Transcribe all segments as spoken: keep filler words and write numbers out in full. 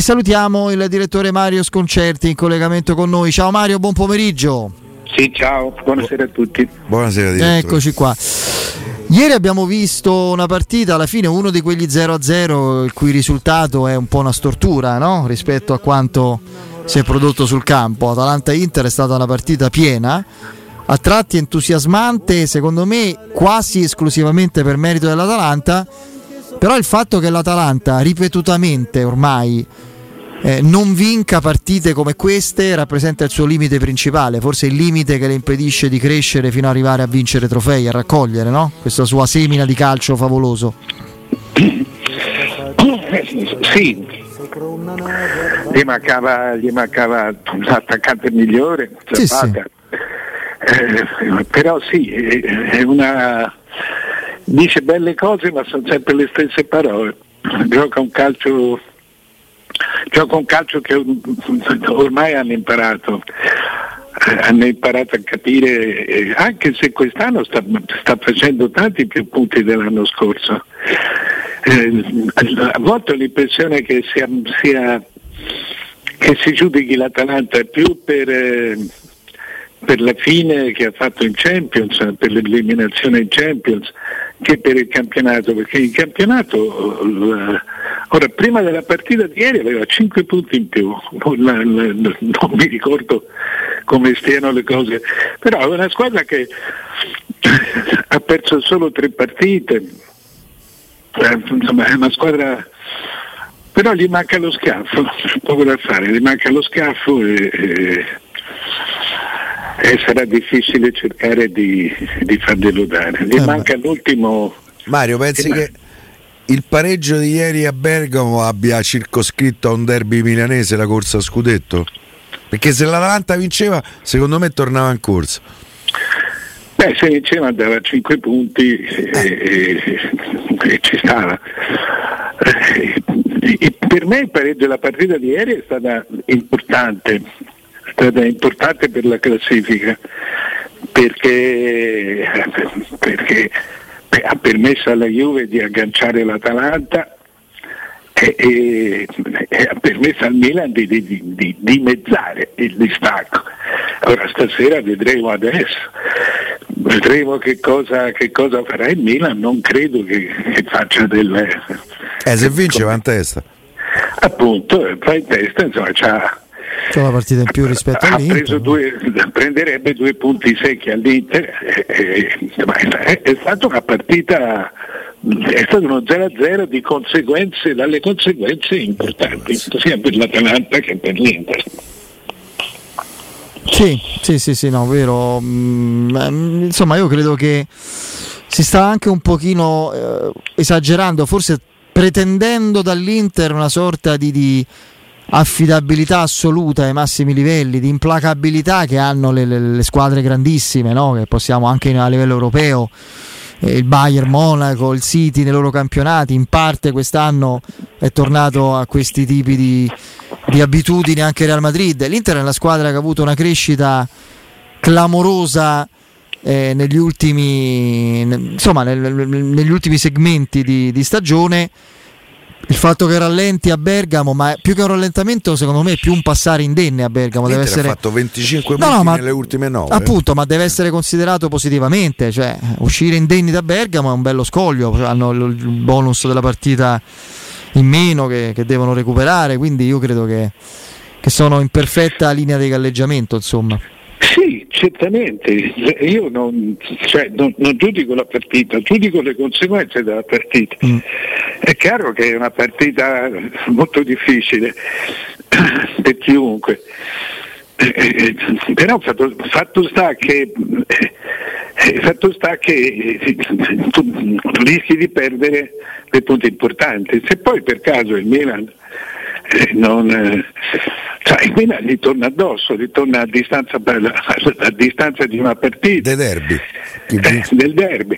E salutiamo il direttore Mario Sconcerti in collegamento con noi. Ciao Mario, buon pomeriggio. Sì, ciao, buonasera a tutti. Buonasera direttore. Eccoci qua. Ieri abbiamo visto una partita, alla fine uno di quegli zero a zero il cui risultato è un po' una stortura, no? Rispetto a quanto si è prodotto sul campo. Atalanta-Inter è stata una partita piena, a tratti entusiasmante, secondo me quasi esclusivamente per merito dell'Atalanta, però il fatto che l'Atalanta ripetutamente ormai eh, non vinca partite come queste rappresenta il suo limite principale, forse il limite che le impedisce di crescere fino ad arrivare a vincere trofei, a raccogliere, no? Questa sua semina di calcio favoloso. Sì, gli mancava, gli mancava l'attaccante migliore, sì, sì. Eh, però sì, è una, dice belle cose ma sono sempre le stesse parole. Gioca un calcio gioca un calcio che ormai hanno imparato hanno imparato a capire, eh, anche se quest'anno sta, sta facendo tanti più punti dell'anno scorso. Eh, a volte ho l'impressione che sia, sia che si giudichi l'Atalanta più per eh, per la fine che ha fatto in Champions, per l'eliminazione in Champions, che per il campionato, perché il campionato ora prima della partita di ieri aveva cinque punti in più, non, non mi ricordo come stiano le cose, però è una squadra che ha perso solo tre partite, eh, insomma è una squadra, però gli manca lo schiaffo, poco da fare, gli manca lo schiaffo e, e e sarà difficile cercare di, di far deludare. Gli eh manca ma... l'ultimo. Mario, pensi che, che il pareggio di ieri a Bergamo abbia circoscritto a un derby milanese la corsa a scudetto? Perché se l'Atalanta vinceva, secondo me tornava in corsa. Beh, se vinceva andava a cinque punti e, e, e ci stava. E per me il pareggio della partita di ieri è stata importante. È stata importante per la classifica perché, perché ha permesso alla Juve di agganciare l'Atalanta e, e, e ha permesso al Milan di, di, di dimezzare il distacco. Ora stasera vedremo adesso, vedremo che cosa, che cosa farà il Milan. Non credo che, che faccia del eh, se vince va in testa, appunto, fa in testa, insomma c'ha c'è una partita in più rispetto ha all'Inter. Preso due, prenderebbe due punti secchi all'Inter. E, e, è, è stata una partita, è stato uno zero a zero di conseguenze, dalle conseguenze importanti sia per l'Atalanta che per l'Inter. Sì, sì, sì, sì, no, vero. Mm, insomma, io credo che si sta anche un pochino eh, esagerando, forse pretendendo dall'Inter una sorta di, di affidabilità assoluta ai massimi livelli, di implacabilità che hanno le, le, le squadre grandissime, no? Che possiamo anche a livello europeo, eh, il Bayern Monaco, il City nei loro campionati, in parte quest'anno è tornato a questi tipi di, di abitudini anche Real Madrid. L'Inter è una squadra che ha avuto una crescita clamorosa eh, negli ultimi insomma nel, nel, negli ultimi segmenti di, di stagione. Il fatto che rallenti a Bergamo, ma più che un rallentamento, secondo me è più un passare indenne a Bergamo. Deve essere... ha fatto venticinque no, punti no, ma... nelle ultime nove. Appunto, ma deve essere considerato positivamente. Cioè, uscire indenni da Bergamo è un bello scoglio. Hanno il bonus della partita in meno che, che devono recuperare. Quindi io credo che, che sono in perfetta linea di galleggiamento, insomma. Sì, certamente. Io non, cioè, non, non giudico la partita, giudico le conseguenze della partita. Mm. È chiaro che è una partita molto difficile per chiunque, eh, però fatto, fatto sta che eh, fatto sta che eh, tu rischi di perdere dei punti importanti. Se poi per caso il Milan eh, non eh, cioè il Milan gli torna addosso, gli torna a distanza, a distanza di una partita del derby, eh, del derby.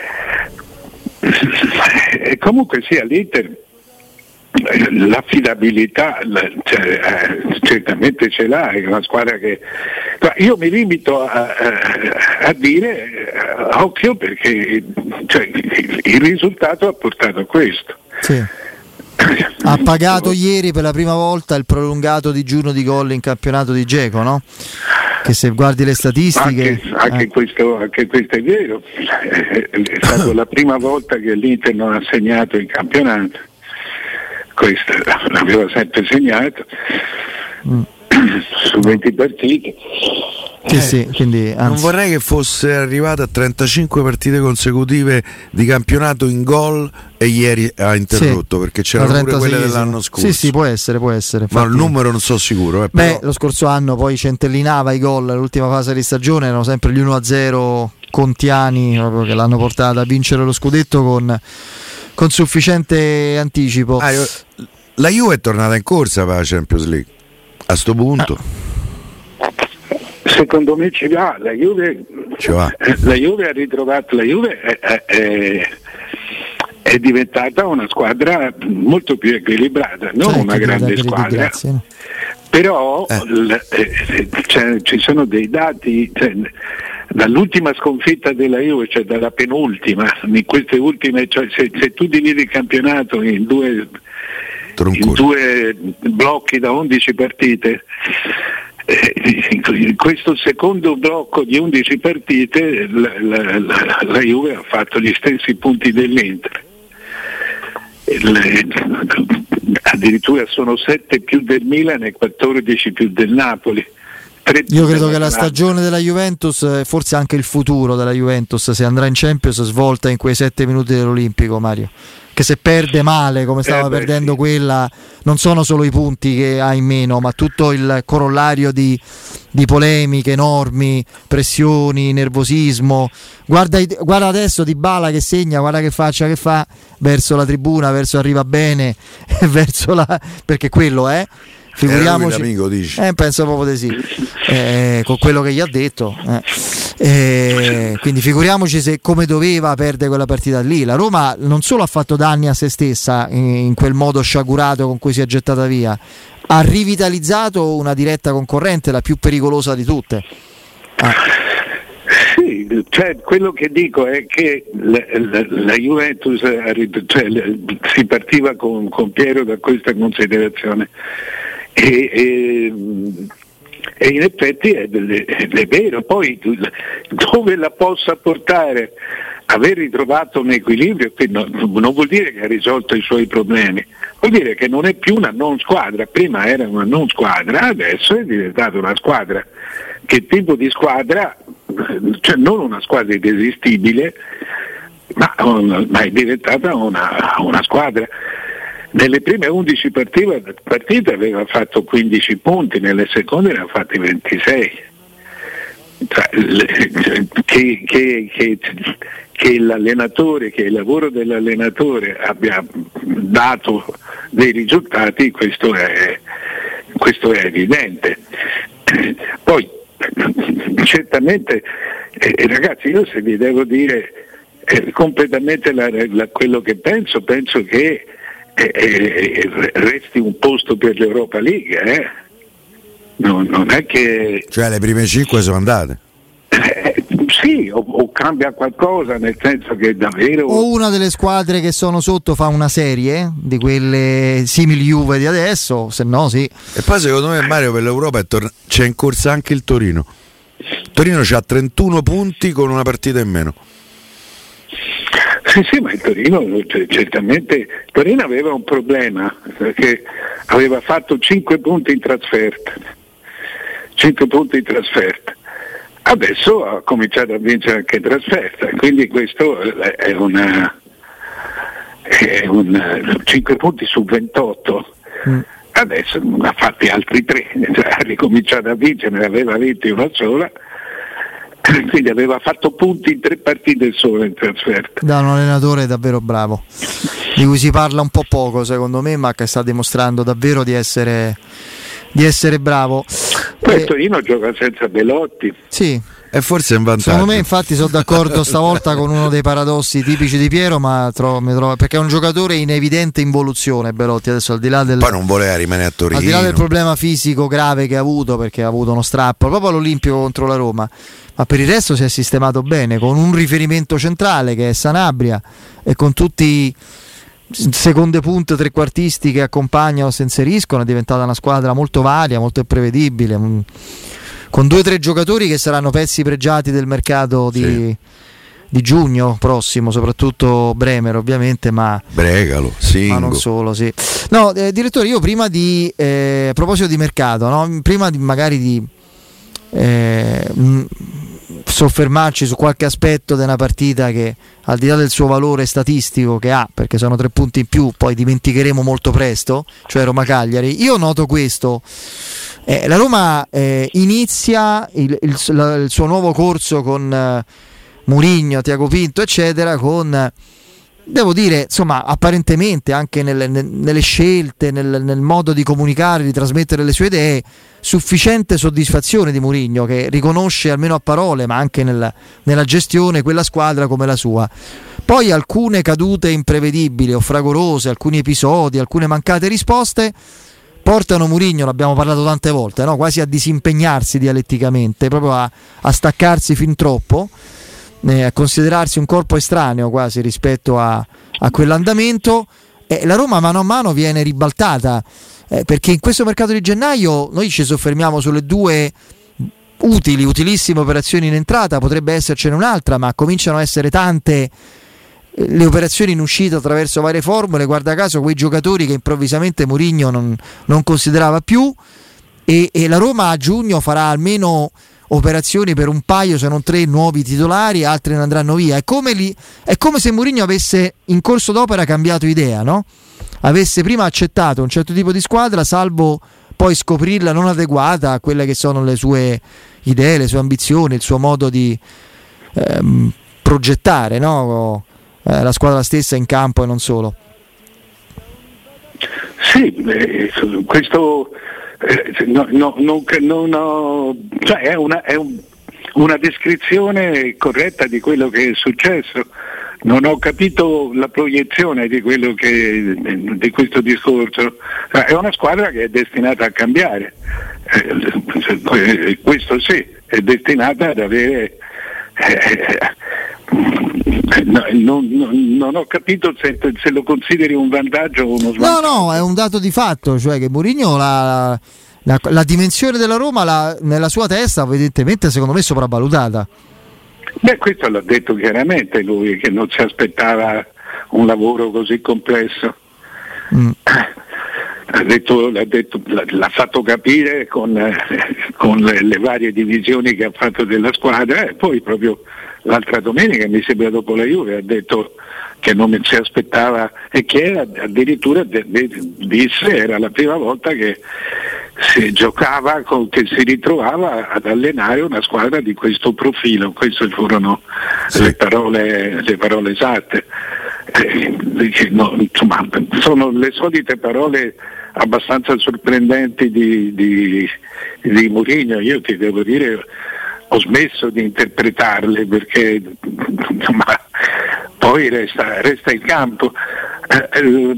E comunque sia l'Inter l'affidabilità cioè, eh, certamente ce l'ha, è una squadra che io mi limito a, a, a dire eh, occhio perché cioè, il, il risultato ha portato a questo. Sì. ha pagato ieri per la prima volta il prolungato digiuno di gol in campionato di Dzeko, no? Che se guardi le statistiche anche, anche, eh. questo, anche questo è vero, è stata la prima volta che l'Inter non ha segnato in campionato, questo l'aveva sempre segnato mm. su venti partite. Sì, eh, sì, quindi, anzi. Non vorrei che fosse arrivato a trentacinque partite consecutive di campionato in gol e ieri ha interrotto, sì, perché c'erano pure quelle dell'anno scorso. Sì, sì, può essere, può essere. Ma il numero non so sicuro. Eh, Beh, però... lo scorso anno poi centellinava i gol, l'ultima fase di stagione erano sempre gli uno a zero contiani, proprio che l'hanno portata a vincere lo scudetto con, con sufficiente anticipo. Ah, io... La Juve è tornata in corsa per la Champions League a sto punto. Ah. Secondo me ci va, la Juve, ci va. La Juve ha ritrovato, la Juve è, è, è, è diventata una squadra molto più equilibrata, non cioè, una grande squadra, grazie, no? Però eh. l, eh, cioè, ci sono dei dati, cioè, dall'ultima sconfitta della Juve, cioè dalla penultima, in queste ultime, cioè, se, se tu dividi il campionato in due, in due blocchi da undici partite, in questo secondo blocco di undici partite la, la, la, la Juve ha fatto gli stessi punti dell'Inter, le, addirittura sono sette più del Milan e quattordici più del Napoli. Io credo che la stagione della Juventus, forse anche il futuro della Juventus, se andrà in Champions, svolta in quei sette minuti dell'Olimpico, Mario. Che se perde male come stava eh beh, perdendo sì. quella, non sono solo i punti che ha in meno, ma tutto il corollario di, di polemiche enormi, pressioni, nervosismo. Guarda, guarda adesso Dybala che segna, guarda che faccia che fa verso la tribuna, verso arriva bene, verso la, perché quello è. Figuriamoci, amico, dici. Eh, penso proprio di sì, eh, con quello che gli ha detto. Eh. Eh, quindi figuriamoci se come doveva perdere quella partita lì. La Roma non solo ha fatto danni a se stessa in, in quel modo sciagurato con cui si è gettata via, ha rivitalizzato una diretta concorrente, la più pericolosa di tutte. Ah. Sì, cioè, quello che dico è che la, la, la Juventus, cioè, si partiva con, con Piero da questa considerazione e, e, e in effetti è, è, è vero. Poi dove la possa portare aver ritrovato un equilibrio, che non, non vuol dire che ha risolto i suoi problemi, vuol dire che non è più una non squadra. Prima era una non squadra, adesso è diventata una squadra. Che tipo di squadra? Cioè non una squadra irresistibile, ma, ma è diventata una, una squadra. Nelle prime undici partite, partite aveva fatto quindici punti, nelle seconde ne ha fatti ventisei. Cioè, che, che, che, che l'allenatore, che il lavoro dell'allenatore abbia dato dei risultati, questo è, questo è evidente. Poi certamente eh, ragazzi, io se vi devo dire eh, completamente la, la, quello che penso, penso che eh, eh, resti un posto per l'Europa League, eh? non, non è che cioè le prime cinque sono andate. Eh, sì, o, o cambia qualcosa, nel senso che davvero o una delle squadre che sono sotto fa una serie di quelle simili Juve di adesso, se no sì. E poi secondo me Mario per l'Europa è torn- c'è in corsa anche il Torino. Il Torino c'ha trentuno punti con una partita in meno. Sì, sì, ma il Torino certamente il Torino aveva un problema, perché aveva fatto cinque punti in trasferta. cinque punti in trasferta. Adesso ha cominciato a vincere anche in trasferta, quindi questo è una, è un cinque punti su ventotto. Mm. Adesso ne ha fatti altri tre, cioè, ha ricominciato a vincere, ne aveva vinti una sola, quindi aveva fatto punti in tre partite solo in trasferta. Da un allenatore davvero bravo, di cui si parla un po' poco secondo me, ma che sta dimostrando davvero di essere, di essere bravo. Poi eh, Torino gioca senza Belotti. Sì. E forse è un vantaggio. Secondo me infatti sono d'accordo stavolta con uno dei paradossi tipici di Piero, ma trovo, mi trovo, perché è un giocatore in evidente involuzione Belotti adesso, al di là del, poi non voleva rimanere a Torino, al di là del problema fisico grave che ha avuto, perché ha avuto uno strappo proprio all'Olimpico contro la Roma, ma per il resto si è sistemato bene, con un riferimento centrale che è Sanabria e con tutti seconde punte, trequartisti che accompagnano, si inseriscono, è diventata una squadra molto varia, molto imprevedibile, con due o tre giocatori che saranno pezzi pregiati del mercato di, sì. di giugno prossimo, soprattutto Bremer ovviamente, ma Bregalo, Singo. Ma non solo, sì. No, eh, direttore, io prima di eh, a proposito di mercato, no? Prima di magari di eh, mh, soffermarci su qualche aspetto di una partita che, al di là del suo valore statistico che ha, perché sono tre punti in più, poi dimenticheremo molto presto, cioè Roma-Cagliari, io noto questo. Eh, la Roma eh, inizia il, il, la, il suo nuovo corso con eh, Mourinho, Tiago Pinto eccetera, con, devo dire, insomma, apparentemente anche nelle, nelle scelte, nel, nel modo di comunicare, di trasmettere le sue idee, sufficiente soddisfazione di Mourinho, che riconosce almeno a parole ma anche nel, nella gestione quella squadra come la sua. Poi alcune cadute imprevedibili o fragorose, alcuni episodi, alcune mancate risposte portano Mourinho, l'abbiamo parlato tante volte, no? Quasi a disimpegnarsi dialetticamente, proprio a, a staccarsi fin troppo, eh, a considerarsi un corpo estraneo quasi rispetto a, a quell'andamento. E la Roma mano a mano viene ribaltata, eh, perché in questo mercato di gennaio noi ci soffermiamo sulle due utili, utilissime operazioni in entrata, potrebbe essercene un'altra, ma cominciano a essere tante le operazioni in uscita attraverso varie formule, guarda caso quei giocatori che improvvisamente Mourinho non, non considerava più, e, e la Roma a giugno farà almeno operazioni per un paio se non tre nuovi titolari, altri ne andranno via. È come, li, è come se Mourinho avesse in corso d'opera cambiato idea, no? Avesse prima accettato un certo tipo di squadra, salvo poi scoprirla non adeguata a quelle che sono le sue idee, le sue ambizioni, il suo modo di ehm, progettare, no? Eh, la squadra stessa in campo e non solo. Sì, eh, questo eh, no, no, non, non ho, cioè è, una, è un, una descrizione corretta di quello che è successo. Non ho capito la proiezione di quello che di questo discorso. È una squadra che è destinata a cambiare, eh, questo sì, è destinata ad avere eh, No, non, non, non ho capito se, se lo consideri un vantaggio o uno svantaggio. No, no, è un dato di fatto, cioè che Mourinho la, la, la dimensione della Roma la, nella sua testa evidentemente secondo me è sopravvalutata. Beh, questo l'ha detto chiaramente lui, che non si aspettava un lavoro così complesso. Mm. Ha detto, l'ha, detto, l'ha fatto capire con, eh, con le, le varie divisioni che ha fatto della squadra, e poi proprio l'altra domenica, mi sembra dopo la Juve, ha detto che non si aspettava, e che addirittura de, de, disse era la prima volta che si giocava, con, che si ritrovava ad allenare una squadra di questo profilo. Queste furono sì. le, parole, le parole esatte. Eh, no, insomma, sono le solite parole abbastanza sorprendenti di, di, di Mourinho. Io ti devo dire, ho smesso di interpretarle, perché insomma, poi resta, resta il campo. Eh,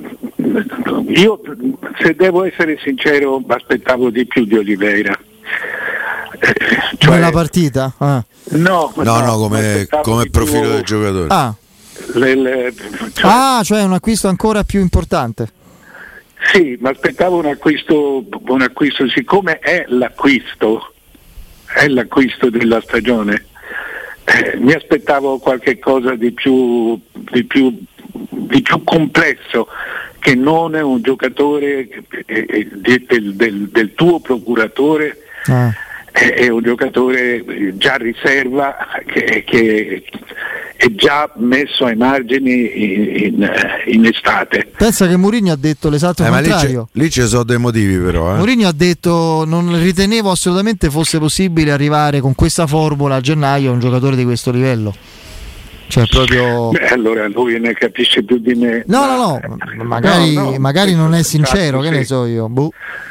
io, se devo essere sincero, aspettavo di più di Oliveira. Eh, cioè, nella partita? Ah. No, no, no, no, come, come profilo più, del giocatore. Ah. Le, le, cioè, ah, cioè un acquisto ancora più importante. Sì, ma aspettavo un acquisto, un acquisto, siccome è l'acquisto, è l'acquisto della stagione, eh, mi aspettavo qualche cosa di più, di più, di più complesso, che non è un giocatore eh, del, del, del tuo procuratore. Ah. È un giocatore già riserva, che, che è già messo ai margini in, in estate. Pensa che Mourinho ha detto l'esatto eh, contrario. Ma lì, lì ci sono dei motivi, però. Eh. Mourinho ha detto non ritenevo assolutamente fosse possibile arrivare con questa formula a gennaio a un giocatore di questo livello. Cioè proprio. Beh, allora lui ne capisce più di me. No, ma... no, no, magari, no, no, magari non è sincero, che sì. Ne so io. Boh.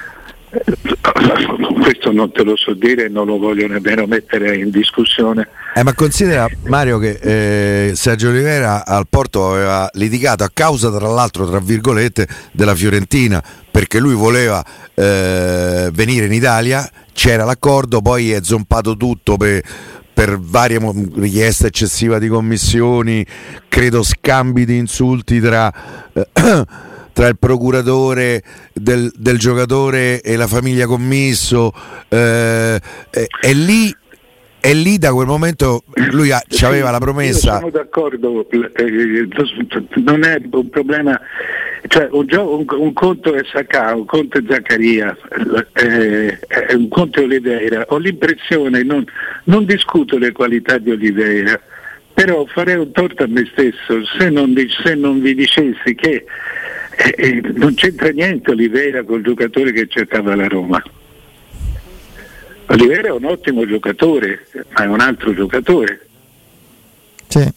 Questo non te lo so dire, non lo voglio nemmeno mettere in discussione. Eh, ma considera, Mario, che eh, Sergio Oliveira al Porto aveva litigato a causa, tra l'altro, tra virgolette, della Fiorentina, perché lui voleva eh, venire in Italia, c'era l'accordo, poi è zompato tutto per, per varie mo- richieste eccessiva di commissioni, credo scambi di insulti tra, eh, tra il procuratore del, del giocatore e la famiglia commisso, eh, e, e lì E lì da quel momento lui ha, ci aveva la promessa. Io sono d'accordo, eh, non è un problema, cioè un, un, un conto è Sacca, un conto è Zaccaria, eh, eh, un conto è Oliveira. Ho l'impressione, non, non discuto le qualità di Oliveira, però farei un torto a me stesso se non, se non vi dicessi che eh, eh, non c'entra niente Oliveira col giocatore che cercava la Roma. Oliveira è un ottimo giocatore, ma è un altro giocatore. Sì.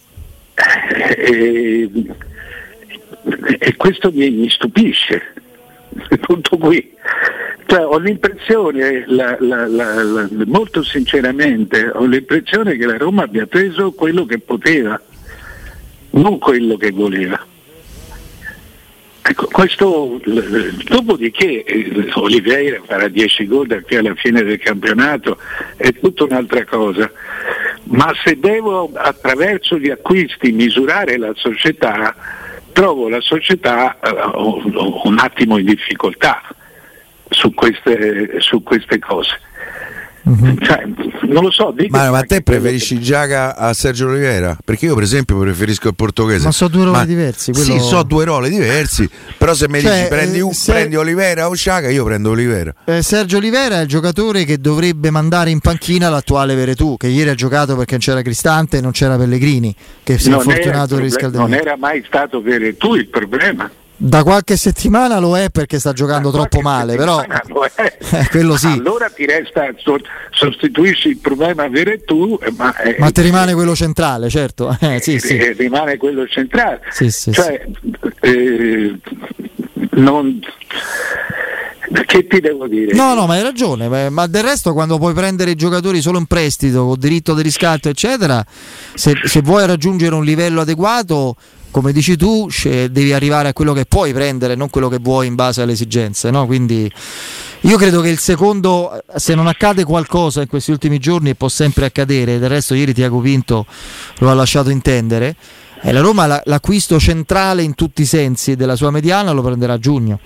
E, e questo mi, mi stupisce. Tutto qui. Cioè, ho l'impressione, la, la, la, la, molto sinceramente, ho l'impressione che la Roma abbia preso quello che poteva, non quello che voleva. Ecco, questo, dopodiché eh, Oliveira farà dieci gol da qui alla fine del campionato, è tutta un'altra cosa, ma se devo attraverso gli acquisti misurare la società, trovo la società uh, un attimo in difficoltà su queste, su queste cose. Mm-hmm. Cioè, non lo so, ma, ma te preferisci Giaga a Sergio Oliveira? Perché io per esempio preferisco il portoghese. Ma so due ruoli ma, diversi quello... Sì, so due ruoli diversi, però se mi cioè, dici prendi, un, se... prendi Oliveira o Giaga, io prendo Oliveira. eh, Sergio Oliveira è il giocatore che dovrebbe mandare in panchina l'attuale Veretù, che ieri ha giocato perché non c'era Cristante e non c'era Pellegrini, che si è infortunato del riscaldamento. Non era mai stato Veretù il problema. Da qualche settimana lo è perché sta giocando da troppo male, però eh, quello sì. Allora ti resta, sostituisci il problema Veretù, ma, eh, ma ti rimane quello centrale, certo. Eh, sì, sì. Eh, rimane quello centrale. Sì, sì, cioè, sì. Eh, non... Che ti devo dire? No, no, ma hai ragione, ma del resto quando puoi prendere i giocatori solo in prestito, con diritto di riscatto, eccetera, se, se vuoi raggiungere un livello adeguato, come dici tu, devi arrivare a quello che puoi prendere, non quello che vuoi in base alle esigenze, no? Quindi io credo che il secondo, se non accade qualcosa in questi ultimi giorni, può sempre accadere, del resto ieri Tiago Pinto lo ha lasciato intendere, e la Roma l'acquisto centrale in tutti i sensi della sua mediana lo prenderà a giugno.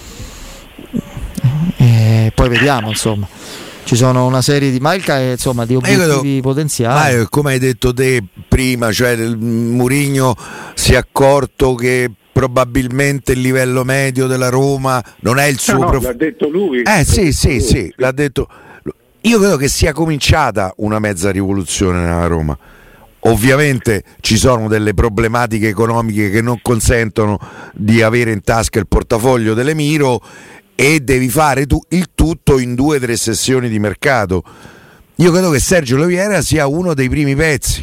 E poi vediamo, insomma. Ci sono una serie di Malca e insomma di obiettivi credo, potenziali. Ma come hai detto te prima, cioè Mourinho si è accorto che probabilmente il livello medio della Roma non è il suo no, no, prof... l'ha detto lui. Eh sì, sì, lui. sì, l'ha detto. Io credo che sia cominciata una mezza rivoluzione nella Roma. Ovviamente ci sono delle problematiche economiche che non consentono di avere in tasca il portafoglio dell'Emiro e devi fare tu, il tutto in due o tre sessioni di mercato. Io credo che Sergio Oliveira sia uno dei primi pezzi.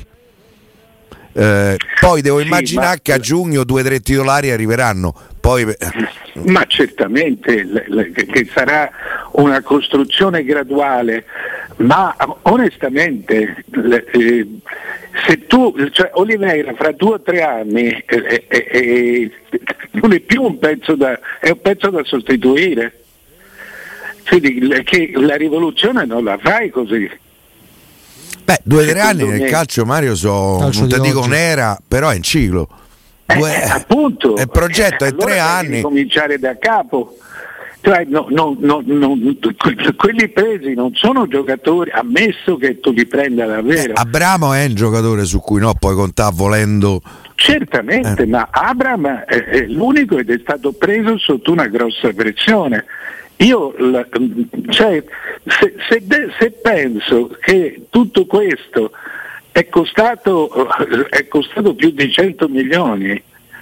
Eh, poi devo sì, immaginare ma... che a giugno due o tre titolari arriveranno. Poi... Ma certamente le, le, che sarà una costruzione graduale, ma onestamente le, eh, se tu, cioè Oliveira fra due o tre anni eh, eh, eh, non è più un pezzo da, è un pezzo da sostituire. Quindi che la rivoluzione non la fai così. Beh, due o tre anni nel calcio, Mario, so, calcio non ti dico oggi. un'era, però è in ciclo. Due, eh, appunto. Il progetto eh, è allora tre anni. Cominciare da capo. Cioè, no, no, no, no, quelli presi non sono giocatori, ammesso che tu li prenda davvero. Eh, Abramo è un giocatore su cui no puoi contare volendo. Certamente, eh. ma Abram è, è l'unico ed è stato preso sotto una grossa pressione. Io la, cioè, se, se, de, se penso che tutto questo è costato, è costato più di cento milioni,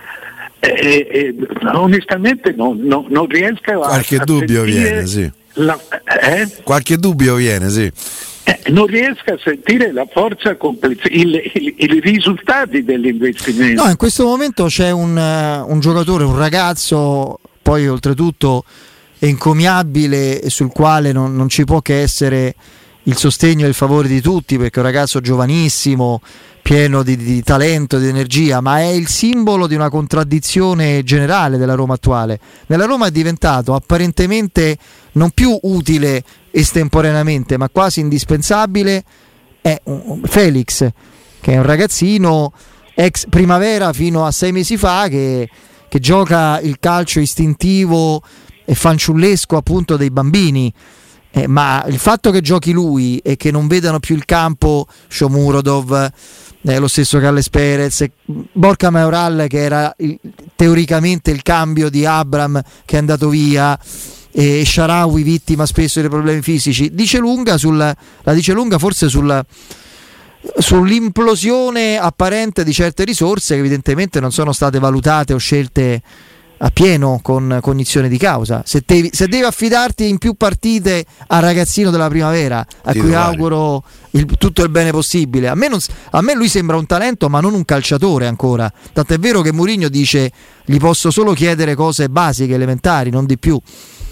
e, e, onestamente non, non, non riesco a qualche a dubbio viene, sì. La, eh? Qualche dubbio viene, sì. Eh, non riesco a sentire la forza complessa, il, il, i risultati dell'investimento. No, in questo momento c'è un, uh, un giocatore, un ragazzo, poi oltretutto encomiabile, sul quale non, non ci può che essere il sostegno e il favore di tutti, perché è un ragazzo giovanissimo, pieno di, di talento, di energia, ma è il simbolo di una contraddizione generale della Roma attuale. Nella Roma è diventato apparentemente non più utile estemporaneamente, ma quasi indispensabile è un, Felix, che è un ragazzino ex Primavera fino a sei mesi fa, che, che gioca il calcio istintivo e fanciullesco appunto dei bambini. Eh, ma il fatto che giochi lui e che non vedano più il campo Shomurodov, eh, lo stesso Carles Perez, Borja Mayoral, che era il, teoricamente il cambio di Abram che è andato via, e Shaarawy vittima spesso dei problemi fisici, dice lunga sul, la dice lunga forse sul, sull'implosione apparente di certe risorse che evidentemente non sono state valutate o scelte a pieno con cognizione di causa. Se, te, se devi affidarti in più partite al ragazzino della Primavera, a cui auguro il, tutto il bene possibile, a me, non, a me lui sembra un talento ma non un calciatore ancora, tant'è vero che Mourinho dice gli posso solo chiedere cose basiche, elementari, non di più.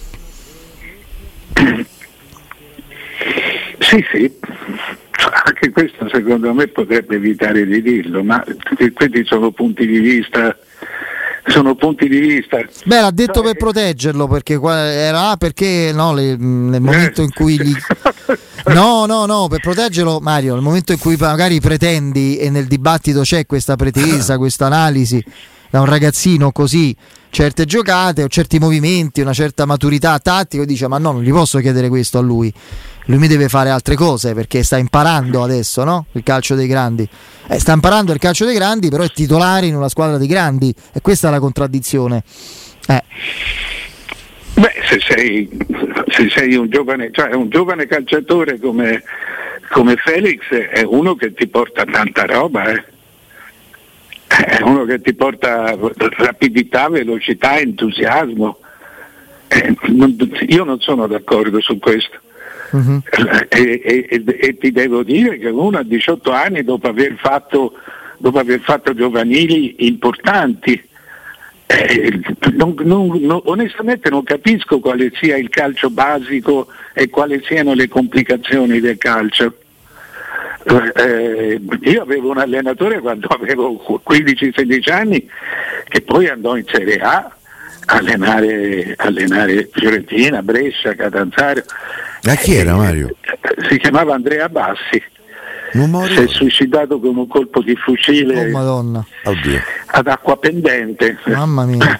Sì, sì, anche questo secondo me potrebbe evitare di dirlo, ma questi sono punti di vista sono punti di vista. Beh, l'ha detto cioè, per proteggerlo, perché era perché no, le, nel momento in cui gli... no no no per proteggerlo, Mario, nel momento in cui magari pretendi, e nel dibattito c'è questa pretesa, questa analisi da un ragazzino così, certe giocate o certi movimenti, una certa maturità tattica, dice ma no, non gli posso chiedere questo a lui, lui mi deve fare altre cose perché sta imparando adesso, no? Il calcio dei grandi, eh, sta imparando il calcio dei grandi, però è titolare in una squadra dei grandi, e questa è la contraddizione. eh. Beh, se sei, se sei un giovane, cioè un giovane calciatore come, come Felix, è uno che ti porta tanta roba, eh. È uno che ti porta rapidità, velocità, entusiasmo. Eh, non, io non sono d'accordo su questo. Uh-huh. E, e, e, e ti devo dire che uno a diciotto anni, dopo aver fatto, dopo aver fatto giovanili importanti, eh, non, non, non, onestamente non capisco quale sia il calcio basico e quali siano le complicazioni del calcio. Eh, io avevo un allenatore quando avevo quindici sedici anni che poi andò in Serie A a allenare, allenare Fiorentina, Brescia, Catanzaro. Ma chi era, Mario? Eh, si chiamava Andrea Bassi, si è suicidato con un colpo di fucile. Oh, Madonna. Oddio. Ad Acqua Pendente. Mamma mia.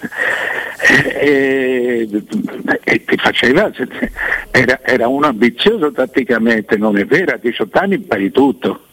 E, e ti faceva, era, era uno ambizioso tatticamente, non è vero, a diciotto anni impari tutto.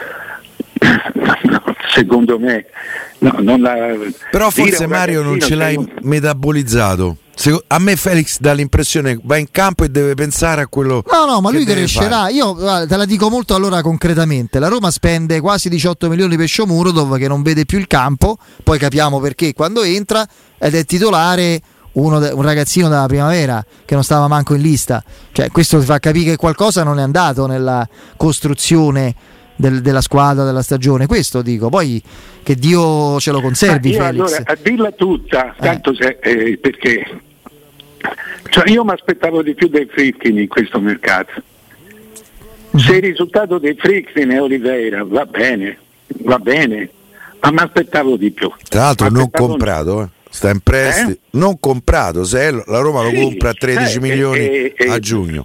No, secondo me no, non la, però forse Mario non ce l'hai un... metabolizzato. Se, a me Felix dà l'impressione che va in campo e deve pensare a quello. No, no, ma lui crescerà. Fare. Io guarda, te la dico molto allora concretamente. La Roma spende quasi diciotto milioni per Shomurodov, che non vede più il campo, poi capiamo perché quando entra, ed è titolare uno de- un ragazzino della Primavera che non stava manco in lista. Cioè, questo ti fa capire che qualcosa non è andato nella costruzione del, della squadra, della stagione. Questo dico, poi che Dio ce lo conservi, io, Felix. allora, a dirla tutta, tanto se, eh, perché cioè io mi aspettavo di più dei Friedkin in questo mercato. Mm-hmm. Se il risultato dei Friedkin è Oliveira, va bene, va bene, ma mi aspettavo di più. Tra l'altro non comprato, eh. Sta in prestito, eh? non comprato, se la Roma lo sì, compra a tredici eh, milioni eh, eh, a giugno.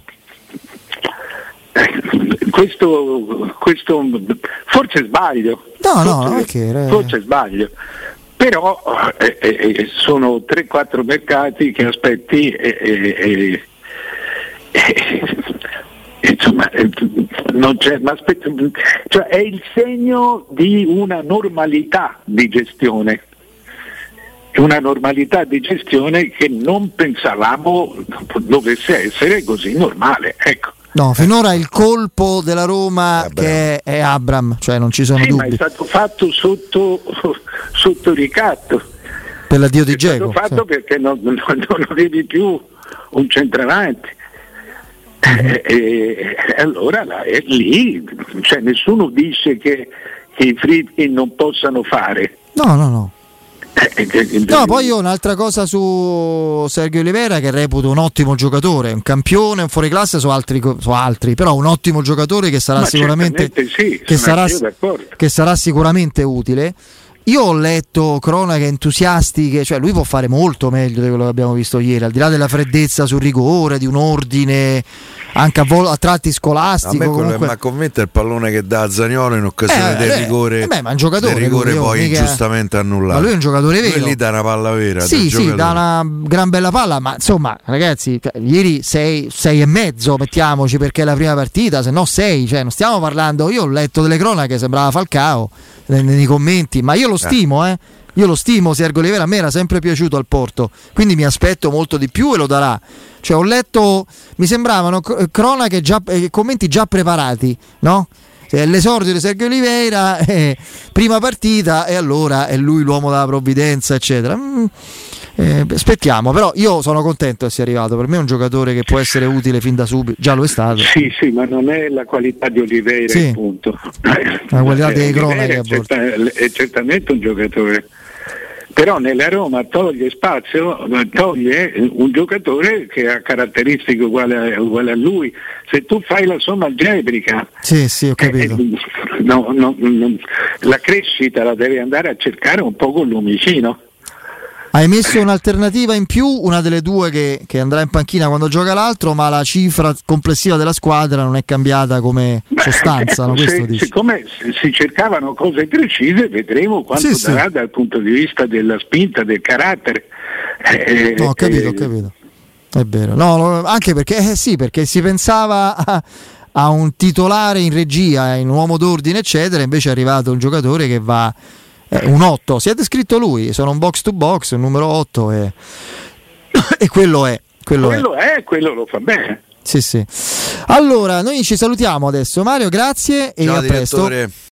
Eh, questo, questo forse sbaglio. No, forse, no, okay, forse sbaglio. Però eh, eh, sono tre quattro mercati che aspetti e eh, eh, eh, insomma eh, non c'è, ma aspetta, cioè è il segno di una normalità di gestione. Una normalità di gestione che non pensavamo dovesse essere così normale, ecco. No, finora il colpo della Roma Abram. che è, è Abram, cioè non ci sono sì, dubbi. Ma è stato fatto sotto, sotto ricatto. Per l'addio di Dzeko. È stato fatto sì. perché non, non, non avevi più un centravanti. Mm-hmm. E, e, e allora là, è lì, cioè nessuno dice che, che i Friedkin non possano fare. No, no, no. No, poi io un'altra cosa su Sergio Oliveira, che reputo un ottimo giocatore, un campione, un fuoriclasse su altri, su altri, però un ottimo giocatore che sarà ma sicuramente sì, che, sarà, che sarà sicuramente utile. Io ho letto cronache entusiastiche, cioè lui può fare molto meglio di quello che abbiamo visto ieri, al di là della freddezza sul rigore, di un ordine anche a, vol- a tratti scolastico. A me quello comunque... che mi convinto è il pallone che dà a Zaniolo in occasione eh, del eh, rigore, eh beh, ma è un giocatore, del rigore lui, poi mica... ingiustamente annullato. Ma lui è un giocatore vero. Lui lì dà una palla vera. Sì, sì, dà una gran bella palla, ma insomma, ragazzi, ieri sei, sei e mezzo, mettiamoci, perché è la prima partita, se no sei, cioè non stiamo parlando, io ho letto delle cronache, sembrava Falcao nei, nei commenti, ma io lo stimo, eh. Io lo stimo, Sergio Oliveira, a me era sempre piaciuto al Porto, quindi mi aspetto molto di più e lo darà. Cioè ho letto, mi sembravano cronache già, eh, commenti già preparati, no? L'esordio di Sergio Oliveira, eh, prima partita e allora è lui l'uomo della provvidenza, eccetera. Mm, eh, aspettiamo, però io sono contento che sia arrivato, per me è un giocatore che può essere utile fin da subito, già lo è stato. Sì, sì, ma non è la qualità di Oliveira, sì, appunto. La qualità delle cronache è, certa, è certamente un giocatore, però nella Roma toglie spazio, toglie un giocatore che ha caratteristiche uguali a, uguali a lui. Se tu fai la somma algebrica, sì, sì, ho capito. Eh, no, no, no, la crescita la devi andare a cercare un po' con l'umicino. Hai messo un'alternativa in più, una delle due che, che andrà in panchina quando gioca l'altro, ma la cifra complessiva della squadra non è cambiata come Beh, sostanza. No? Se, siccome si cercavano cose precise, vedremo quanto sì, darà sì. dal punto di vista della spinta, del carattere. Eh, no, ho capito, eh, ho capito. È vero. No, anche perché eh, sì, perché si pensava a, a un titolare in regia, in un uomo d'ordine, eccetera, invece è arrivato un giocatore che va... un otto, si è descritto lui, sono un box to box, un numero otto e, e quello è quello, quello è. è, quello lo fa bene. Sì, sì. Allora, noi ci salutiamo adesso, Mario, grazie e Ciao, a presto. direttore.